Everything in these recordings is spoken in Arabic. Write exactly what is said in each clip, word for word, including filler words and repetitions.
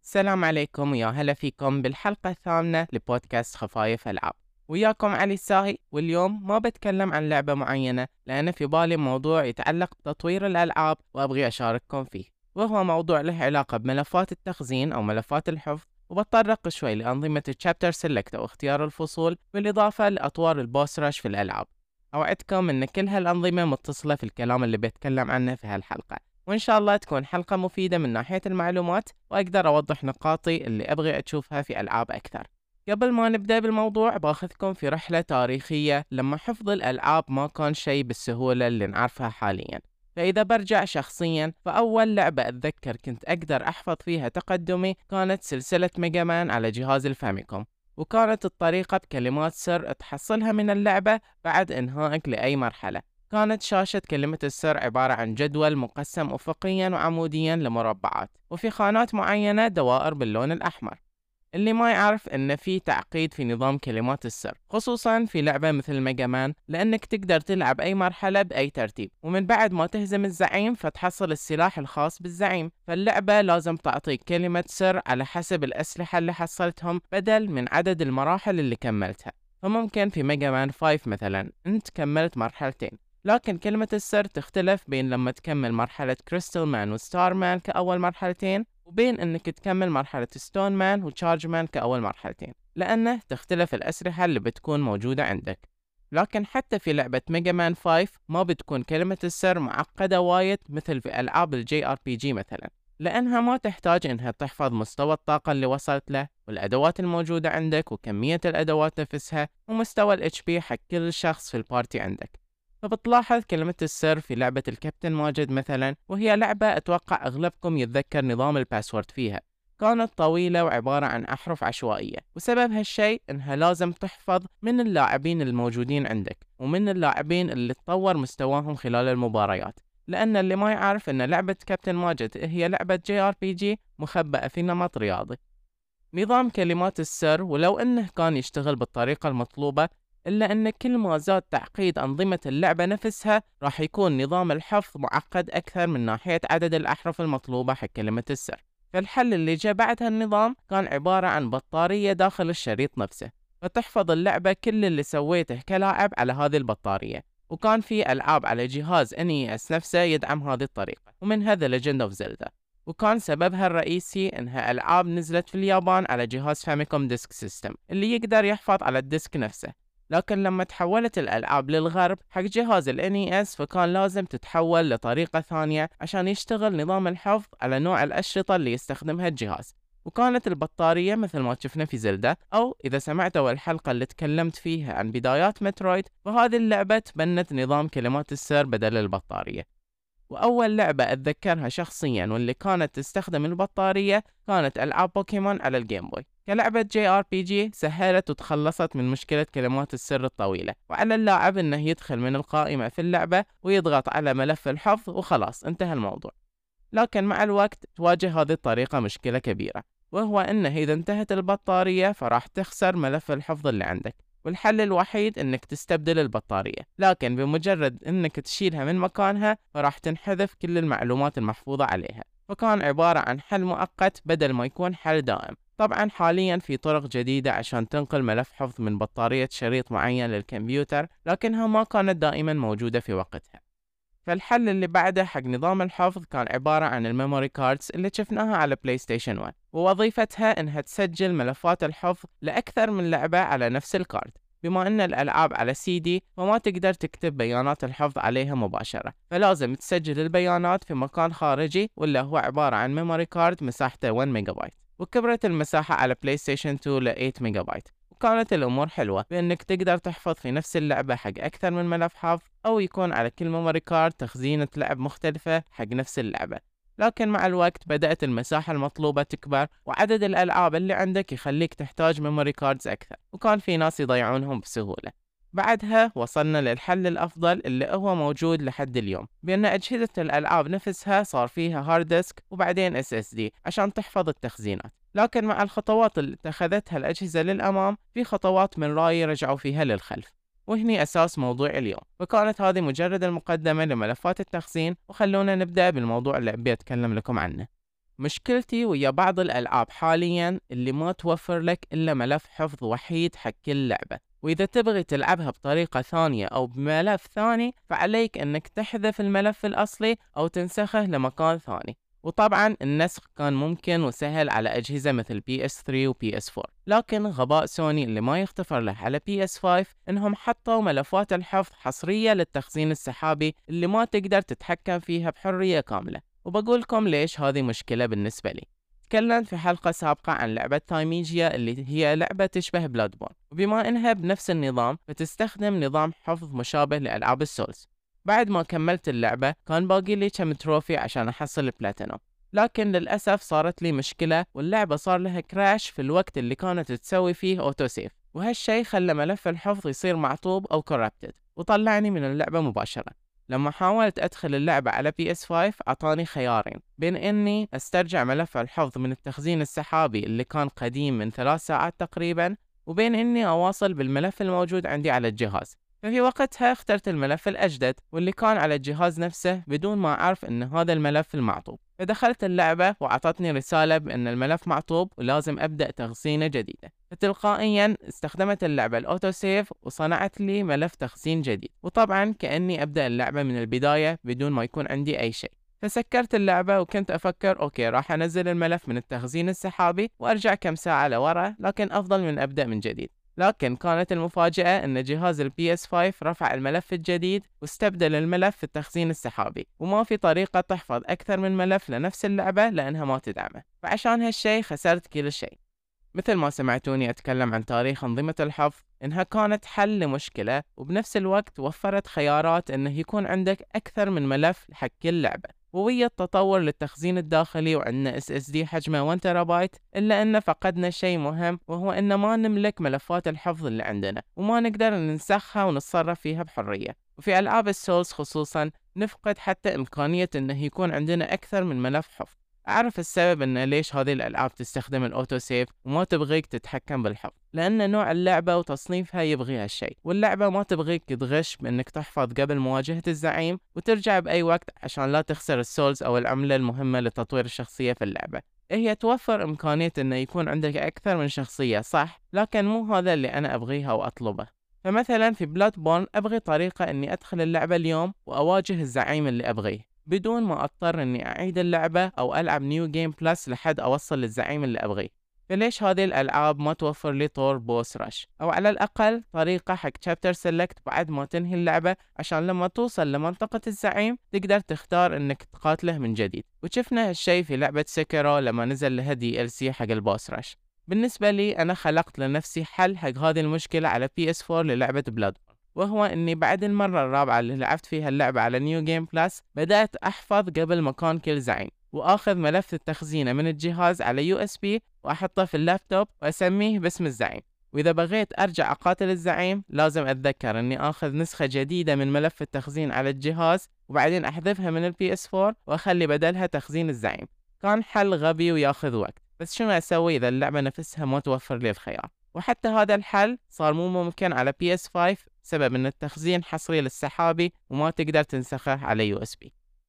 السلام عليكم ويا هلا فيكم بالحلقة الثامنة لبودكاست خفايف ألعاب. وياكم علي الساهي، واليوم ما بتكلم عن لعبة معينة لأن في بالي موضوع يتعلق بتطوير الألعاب وأبغي أشارككم فيه، وهو موضوع له علاقة بملفات التخزين أو ملفات الحفظ، وبتطرق شوي لأنظمة الشابتر سيلكت أو اختيار الفصول، بالإضافة لأطوار البوس رش في الألعاب. أوعدكم أن كل هالأنظمة متصلة في الكلام اللي بتكلم عنه في هالحلقة، وإن شاء الله تكون حلقة مفيدة من ناحية المعلومات، وأقدر أوضح نقاطي اللي أبغي أشوفها في ألعاب أكثر. قبل ما نبدأ بالموضوع باخذكم في رحلة تاريخية لما حفظ الألعاب ما كان شيء بالسهولة اللي نعرفها حاليا. فإذا برجع شخصيا، فأول لعبة أتذكر كنت أقدر أحفظ فيها تقدمي كانت سلسلة ميجا مان على جهاز الفاميكوم، وكانت الطريقة بكلمات سر تحصلها من اللعبة بعد إنهائك لأي مرحلة. كانت شاشة كلمة السر عبارة عن جدول مقسم أفقيا وعموديا لمربعات، وفي خانات معينة دوائر باللون الأحمر. اللي ما يعرف إن في تعقيد في نظام كلمات السر، خصوصا في لعبة مثل ميجا مان، لأنك تقدر تلعب أي مرحلة بأي ترتيب، ومن بعد ما تهزم الزعيم فتحصل السلاح الخاص بالزعيم. فاللعبة لازم تعطيك كلمة سر على حسب الأسلحة اللي حصلتهم بدل من عدد المراحل اللي كملتها. فممكن في ميجا مان خمسة مثلا أنت كملت مرحلتين، لكن كلمة السر تختلف بين لما تكمل مرحلة كريستال مان وستار مان كأول مرحلتين، وبين انك تكمل مرحلة ستون مان وتشارج مان كأول مرحلتين، لأنه تختلف الأسلحة اللي بتكون موجودة عندك. لكن حتى في لعبة ميجا مان خمسة ما بتكون كلمة السر معقدة وايد مثل في ألعاب الجي ار بي جي مثلا، لأنها ما تحتاج إنها تحفظ مستوى الطاقة اللي وصلت له والأدوات الموجودة عندك وكمية الأدوات نفسها ومستوى ال إتش بي حق كل شخص في البارتي عندك. فبتلاحظ كلمة السر في لعبة الكابتن ماجد مثلا، وهي لعبة أتوقع أغلبكم يتذكر نظام الباسورد فيها. كانت طويلة وعبارة عن أحرف عشوائية، وسبب هالشيء إنها لازم تحفظ من اللاعبين الموجودين عندك ومن اللاعبين اللي تطور مستواهم خلال المباريات. لأن اللي ما يعرف إن لعبة كابتن ماجد هي لعبة جي آر بي جي مخبأة في نمط رياضي. نظام كلمات السر ولو أنه كان يشتغل بالطريقة المطلوبة، إلا أن كل ما زاد تعقيد أنظمة اللعبة نفسها راح يكون نظام الحفظ معقد أكثر من ناحية عدد الأحرف المطلوبة حق كلمة السر. فالحل اللي جاء بعد هالنظام كان عبارة عن بطارية داخل الشريط نفسه، فتحفظ اللعبة كل اللي سويته كلاعب على هذه البطارية. وكان في ألعاب على جهاز إن إي إس نفسه يدعم هذه الطريقة، ومن هذا ليجند أوف زيلدا. وكان سببها الرئيسي إنها ألعاب نزلت في اليابان على جهاز فاميكوم ديسك سيستم اللي يقدر يحفظ على الديسك نفسه. لكن لما تحولت الألعاب للغرب حق جهاز ال إن إي إس، فكان لازم تتحول لطريقة ثانية عشان يشتغل نظام الحفظ على نوع الأشرطة اللي يستخدمها الجهاز. وكانت البطارية مثل ما شفنا في زلدة، أو إذا سمعتوا الحلقة اللي تكلمت فيها عن بدايات مترويد، فهذه اللعبة تبنت نظام كلمات السر بدل البطارية. وأول لعبة أتذكرها شخصيا واللي كانت تستخدم البطارية كانت ألعاب بوكيمون على الجيم بوي. كلعبة جي آر بي جي سهلت وتخلصت من مشكلة كلمات السر الطويلة، وعلى اللاعب إنه يدخل من القائمة في اللعبة ويضغط على ملف الحفظ وخلاص انتهى الموضوع. لكن مع الوقت تواجه هذه الطريقة مشكلة كبيرة، وهو إنه إذا انتهت البطارية فراح تخسر ملف الحفظ اللي عندك، والحل الوحيد إنك تستبدل البطارية. لكن بمجرد إنك تشيلها من مكانها فراح تنحذف كل المعلومات المحفوظة عليها. فكان عبارة عن حل مؤقت بدل ما يكون حل دائم. طبعا حاليا في طرق جديدة عشان تنقل ملف حفظ من بطارية شريط معين للكمبيوتر، لكنها ما كانت دائما موجودة في وقتها. فالحل اللي بعده حق نظام الحفظ كان عبارة عن الميموري كاردز اللي شفناها على بلاي ستيشن واحد، ووظيفتها انها تسجل ملفات الحفظ لأكثر من لعبة على نفس الكارد. بما ان الألعاب على سي دي فما تقدر تكتب بيانات الحفظ عليها مباشرة، فلازم تسجل البيانات في مكان خارجي، واللي هو عبارة عن ميموري كارد مساحته واحد ميجا بايت. وكبرت المساحة على بلاي ستيشن اثنين ل ثمانية ميجا بايت. وكانت الأمور حلوة بأنك تقدر تحفظ في نفس اللعبة حق أكثر من ملف حفظ، أو يكون على كل ميموري كارد تخزينة لعب مختلفة حق نفس اللعبة. لكن مع الوقت بدأت المساحة المطلوبة تكبر، وعدد الألعاب اللي عندك يخليك تحتاج ميموري كاردز أكثر، وكان في ناس يضيعونهم بسهولة. بعدها وصلنا للحل الأفضل اللي هو موجود لحد اليوم، بأن أجهزة الألعاب نفسها صار فيها هارد ديسك وبعدين اس اس دي عشان تحفظ التخزينات. لكن مع الخطوات اللي اتخذتها الأجهزة للأمام في خطوات من رأيي رجعوا فيها للخلف، وهني أساس موضوع اليوم. وكانت هذه مجرد المقدمة لملفات التخزين، وخلونا نبدأ بالموضوع اللي أبي أتكلم لكم عنه. مشكلتي ويا بعض الألعاب حاليا اللي ما توفر لك إلا ملف حفظ وحيد حق كل لعبة، وإذا تبغي تلعبها بطريقة ثانية أو بملف ثاني فعليك أنك تحذف الملف الأصلي أو تنسخه لمكان ثاني. وطبعا النسخ كان ممكن وسهل على أجهزة مثل بي إس ثري و بي إس فور، لكن غباء سوني اللي ما يغتفر له على بي إس فايف إنهم حطوا ملفات الحفظ حصرية للتخزين السحابي اللي ما تقدر تتحكم فيها بحرية كاملة. وبقولكم ليش هذه مشكلة بالنسبة لي. تكلمت في حلقة سابقة عن لعبة تايميجيا اللي هي لعبة تشبه بلادبورن، وبما إنها بنفس النظام فتستخدم نظام حفظ مشابه لألعاب السولز. بعد ما كملت اللعبة كان باقي لي كم تروفي عشان أحصل البلاتينوم، لكن للأسف صارت لي مشكلة واللعبة صار لها كراش في الوقت اللي كانت تسوي فيه أوتو سيف، وهالشي خلى ملف الحفظ يصير معطوب أو كورابتد وطلعني من اللعبة مباشرة. لما حاولت أدخل اللعبة على بي إس فايف أعطاني خيارين بين إني أسترجع ملف الحفظ من التخزين السحابي اللي كان قديم من ثلاث ساعات تقريبا، وبين إني أواصل بالملف الموجود عندي على الجهاز. ففي وقتها اخترت الملف الأجدد واللي كان على الجهاز نفسه بدون ما أعرف إن هذا الملف المعطوب. فدخلت اللعبة وأعطتني رسالة بأن الملف معطوب ولازم أبدأ تخزينه جديدة، فتلقائيا استخدمت اللعبة الأوتو سيف وصنعت لي ملف تخزين جديد، وطبعا كأني أبدأ اللعبة من البداية بدون ما يكون عندي أي شيء. فسكرت اللعبة وكنت أفكر أوكي راح أنزل الملف من التخزين السحابي وأرجع كم ساعة لورا، لكن أفضل من أبدأ من جديد. لكن كانت المفاجأة أن جهاز ال بي إس فايف رفع الملف الجديد واستبدل الملف في التخزين السحابي، وما في طريقة تحفظ أكثر من ملف لنفس اللعبة لأنها ما تدعمه، فعشان هالشي خسرت كل شيء. مثل ما سمعتوني أتكلم عن تاريخ أنظمة الحفظ إنها كانت حل لمشكلة، وبنفس الوقت وفرت خيارات إنه يكون عندك أكثر من ملف حق كل لعبة. وويا التطور للتخزين الداخلي وعندنا إس إس دي حجمه واحد تيرا بايت، إلا أن فقدنا شيء مهم وهو إن ما نملك ملفات الحفظ اللي عندنا وما نقدر ننسخها ونتصرف فيها بحرية. وفي ألعاب السولز خصوصا نفقد حتى إمكانية إنه يكون عندنا أكثر من ملف حفظ. أعرف السبب إن ليش هذه الألعاب تستخدم الأوتو سيف وما تبغيك تتحكم بالحفظ، لأن نوع اللعبة وتصنيفها يبغي هالشيء، واللعبة ما تبغيك تغش بإنك تحفظ قبل مواجهة الزعيم وترجع بأي وقت عشان لا تخسر السولز أو العملة المهمة لتطوير الشخصية في اللعبة. هي توفر إمكانية إنه يكون عندك أكثر من شخصية صح، لكن مو هذا اللي أنا أبغيها وأطلبه. فمثلا في بلادبورن أبغي طريقة إني أدخل اللعبة اليوم وأواجه الزعيم اللي أبغيه بدون ما أضطر إني أعيد اللعبة أو ألعب نيو جيم بلس لحد أوصل للزعيم اللي أبغيه. فليش هذه الألعاب ما توفر لي طور بوس رش، أو على الأقل طريقة حق chapter select بعد ما تنهي اللعبة عشان لما توصل لمنطقة الزعيم تقدر تختار إنك تقاتله من جديد. وشفنا هالشي في لعبة سيكيرو لما نزل لها دي إل سي حق البوس رش. بالنسبة لي أنا خلقت لنفسي حل حق هذه المشكلة على بي إس فور للعبة بلاد، وهو إني بعد المرة الرابعة اللي لعبت فيها اللعبة على نيو جيم بلس بدأت أحفظ قبل مكان كل زعيم، وآخذ ملف التخزينه من الجهاز على يو إس بي وأحطه في اللابتوب وأسميه باسم الزعيم. وإذا بغيت أرجع أقاتل الزعيم لازم أتذكر إني آخذ نسخة جديدة من ملف التخزين على الجهاز وبعدين أحذفها من البي إس فور وأخلي بدلها تخزين الزعيم. كان حل غبي وياخذ وقت، بس شنو أسوي إذا اللعبة نفسها ما توفر لي الخيار؟ وحتى هذا الحل صار مو ممكن على بي إس فايف بسبب ان التخزين حصري للسحابي وما تقدر تنسخه على يو إس بي.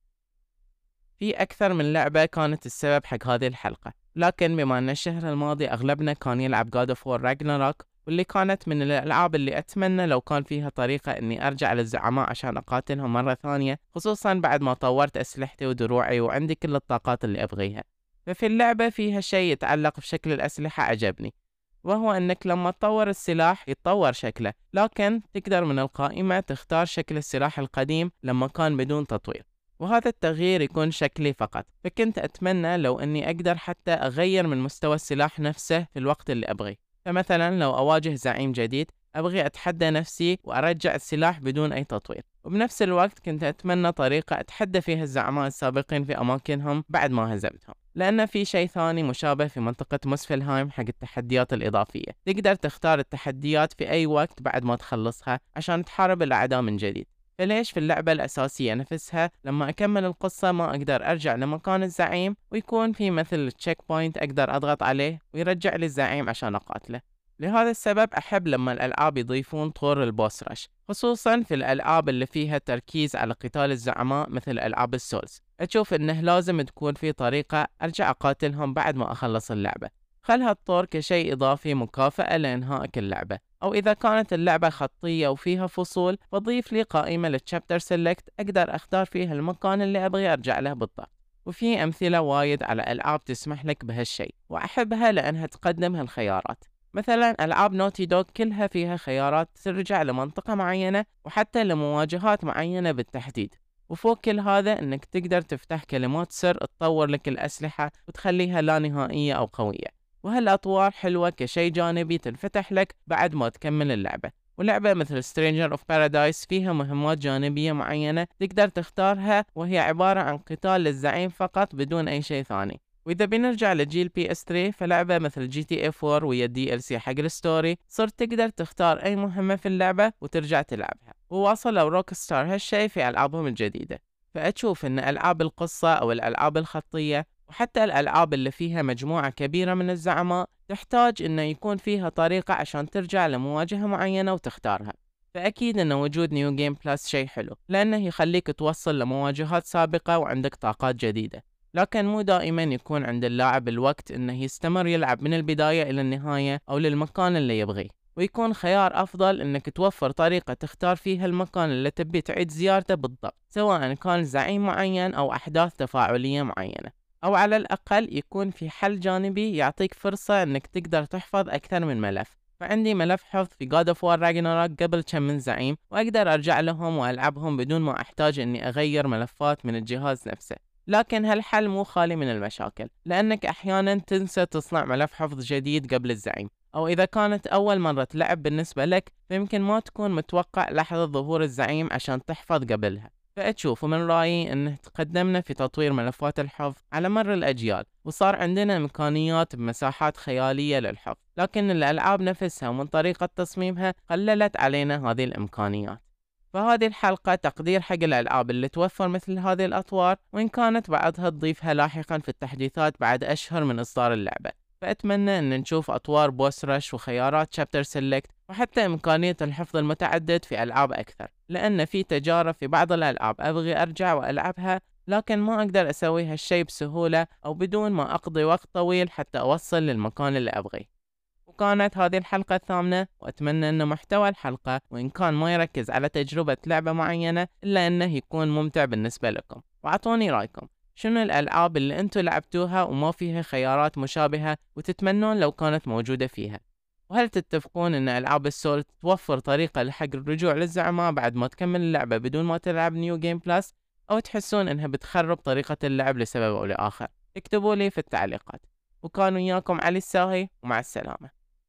في اكثر من لعبة كانت السبب حق هذه الحلقة، لكن بما ان الشهر الماضي اغلبنا كان يلعب God of War Ragnarok، واللي كانت من الالعاب اللي اتمنى لو كان فيها طريقة اني ارجع للزعماء عشان اقاتلهم مرة ثانية، خصوصا بعد ما طورت اسلحتي ودروعي وعندي كل الطاقات اللي ابغيها. ففي اللعبة فيها شيء يتعلق بشكل الاسلحة عجبني، وهو أنك لما تطور السلاح يتطور شكله، لكن تقدر من القائمة تختار شكل السلاح القديم لما كان بدون تطوير، وهذا التغيير يكون شكلي فقط. فكنت أتمنى لو أني أقدر حتى أغير من مستوى السلاح نفسه في الوقت اللي أبغيه. فمثلا لو أواجه زعيم جديد أبغي أتحدى نفسي وأرجع السلاح بدون أي تطوير، وبنفس الوقت كنت أتمنى طريقة أتحدى فيها الزعماء السابقين في أماكنهم بعد ما هزمتهم، لأن في شيء ثاني مشابه في منطقة موسفلهايم حق التحديات الإضافية. تقدر تختار التحديات في أي وقت بعد ما تخلصها عشان تحارب الأعداء من جديد. فليش في اللعبة الأساسية نفسها لما أكمل القصة ما أقدر أرجع لمكان الزعيم ويكون في مثل تشيك بوينت أقدر أضغط عليه ويرجع لي الزعيم عشان أقاتله؟ لهذا السبب أحب لما الألعاب يضيفون طور البوس رش، خصوصا في الألعاب اللي فيها تركيز على قتال الزعماء مثل ألعاب السولز، أشوف إنه لازم تكون في طريقة أرجع أقاتلهم بعد ما أخلص اللعبة. خل هالطور كشيء إضافي مكافأة لإنهائك اللعبة، أو إذا كانت اللعبة خطية وفيها فصول فضيف لي قائمة للتشابتر سيلكت أقدر أختار فيها المكان اللي أبغي أرجع له بالضبط. وفي أمثلة وايد على ألعاب تسمح لك بهالشيء وأحبها لأنها تقدم هالخيارات. مثلا ألعاب نوتي دوغ كلها فيها خيارات ترجع لمنطقة معينة وحتى لمواجهات معينة بالتحديد. وفوق كل هذا انك تقدر تفتح كلمات سر تطور لك الأسلحة وتخليها لا نهائية أو قوية. وهالأطوار حلوة كشي جانبي تنفتح لك بعد ما تكمل اللعبة. ولعبة مثل Stranger of Paradise فيها مهمات جانبية معينة تقدر تختارها وهي عبارة عن قتال للزعيم فقط بدون أي شيء ثاني. وإذا بنرجع لجيل بي اس ثري فلعبة مثل جي تي اي فور ويا دي ال سي حق الستوري صرت تقدر تختار أي مهمة في اللعبة وترجع تلعبها. وواصلوا روك ستار هالشي في ألعابهم الجديدة. فأشوف إن ألعاب القصة أو الألعاب الخطية وحتى الألعاب اللي فيها مجموعة كبيرة من الزعماء تحتاج إنه يكون فيها طريقة عشان ترجع لمواجهة معينة وتختارها. فأكيد إن وجود نيو جيم بلس شيء حلو لأنه يخليك توصل لمواجهات سابقة وعندك طاقات جديدة. لكن مو دائما يكون عند اللاعب الوقت إنه يستمر يلعب من البداية إلى النهاية أو للمكان اللي يبغيه. ويكون خيار أفضل إنك توفر طريقة تختار فيها المكان اللي تبي تعيد زيارته بالضبط، سواء كان زعيم معين أو أحداث تفاعلية معينة، أو على الأقل يكون في حل جانبي يعطيك فرصة إنك تقدر تحفظ أكثر من ملف. فعندي ملف حفظ في God of War Ragnarok قبل كم من زعيم وأقدر أرجع لهم وألعبهم بدون ما أحتاج إني أغير ملفات من الجهاز نفسه. لكن هالحل مو خالي من المشاكل لأنك أحيانا تنسى تصنع ملف حفظ جديد قبل الزعيم، أو إذا كانت أول مرة تلعب بالنسبة لك فيمكن ما تكون متوقع لحظة ظهور الزعيم عشان تحفظ قبلها. فأتشوف من رأيي أنه تقدمنا في تطوير ملفات الحفظ على مر الأجيال وصار عندنا إمكانيات بمساحات خيالية للحفظ، لكن الألعاب نفسها ومن طريقة تصميمها قللت علينا هذه الإمكانيات. فهذه الحلقة تقدير حق الألعاب اللي توفر مثل هذه الأطوار، وإن كانت بعضها تضيفها لاحقا في التحديثات بعد أشهر من إصدار اللعبة. فأتمنى أن نشوف أطوار بوس رش وخيارات شابتر سيلكت وحتى إمكانية الحفظ المتعدد في ألعاب أكثر، لأن في تجارب في بعض الألعاب أبغي أرجع وألعبها لكن ما أقدر أسوي هالشي بسهولة أو بدون ما أقضي وقت طويل حتى أوصل للمكان اللي أبغيه. وكانت هذه الحلقة الثامنة، وأتمنى أن محتوى الحلقة وإن كان ما يركز على تجربة لعبة معينة إلا أنه يكون ممتع بالنسبة لكم. وأعطوني رأيكم، شنو الألعاب اللي أنتوا لعبتوها وما فيها خيارات مشابهة وتتمنون لو كانت موجودة فيها؟ وهل تتفقون أن ألعاب السول توفر طريقة لحق الرجوع للزعماء بعد ما تكمل اللعبة بدون ما تلعب نيو جيم بلس، أو تحسون أنها بتخرب طريقة اللعب لسبب أو لآخر؟ اكتبوا لي في التعليقات. وكان وياكم علي الساهي، ومع السلامة.